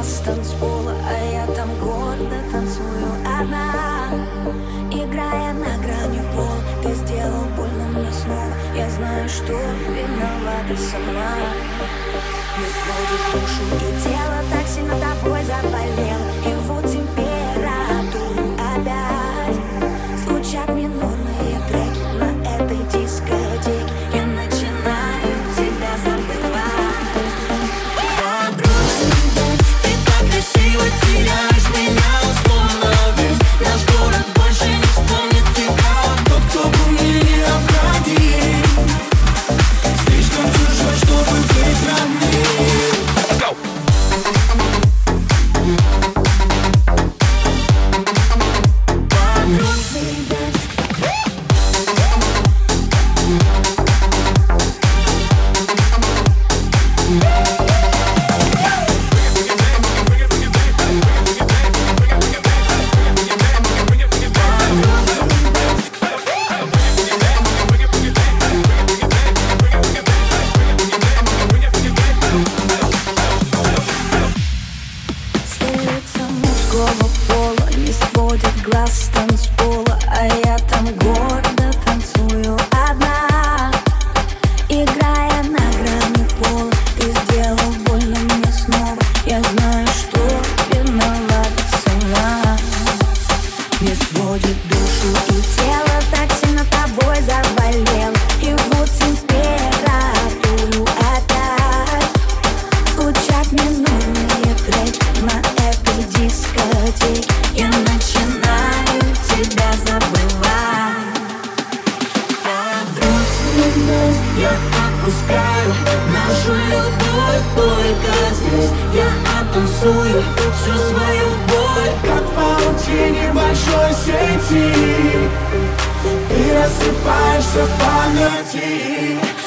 глаз танцпола, а я там гордо танцую одна. Играя на грани пола, ты сделал больно мне снова. Я знаю, что виновата сама. Не сводит душу и тело, так сильно тобой заболел. И вот температуру опять звучат минорные треки на этой дискотеке. Я начинаю тебя забывать. Подруга, ты так красиво теряешь меня, словно весь наш город больше не вспомнит тебя. Тот, кто был мне необходим, слишком чужой, чтобы быть родным. Пола не сводит глаз с танцпола, а я там гордо танцую одна. Играя на грани пола, ты сделал больно мне снова. Я знаю, что виновата сама. Не сводит душу и тело, так сильно тобой заболел. И вот температуру опять звучат минорные треки на этой дискотеке. Я начинаю тебя забывать. Грустность я отпускаю, нашу любовь только здесь. Я оттанцую всю свою боль, как в паутине большой сети. Ты рассыпаешься в памяти.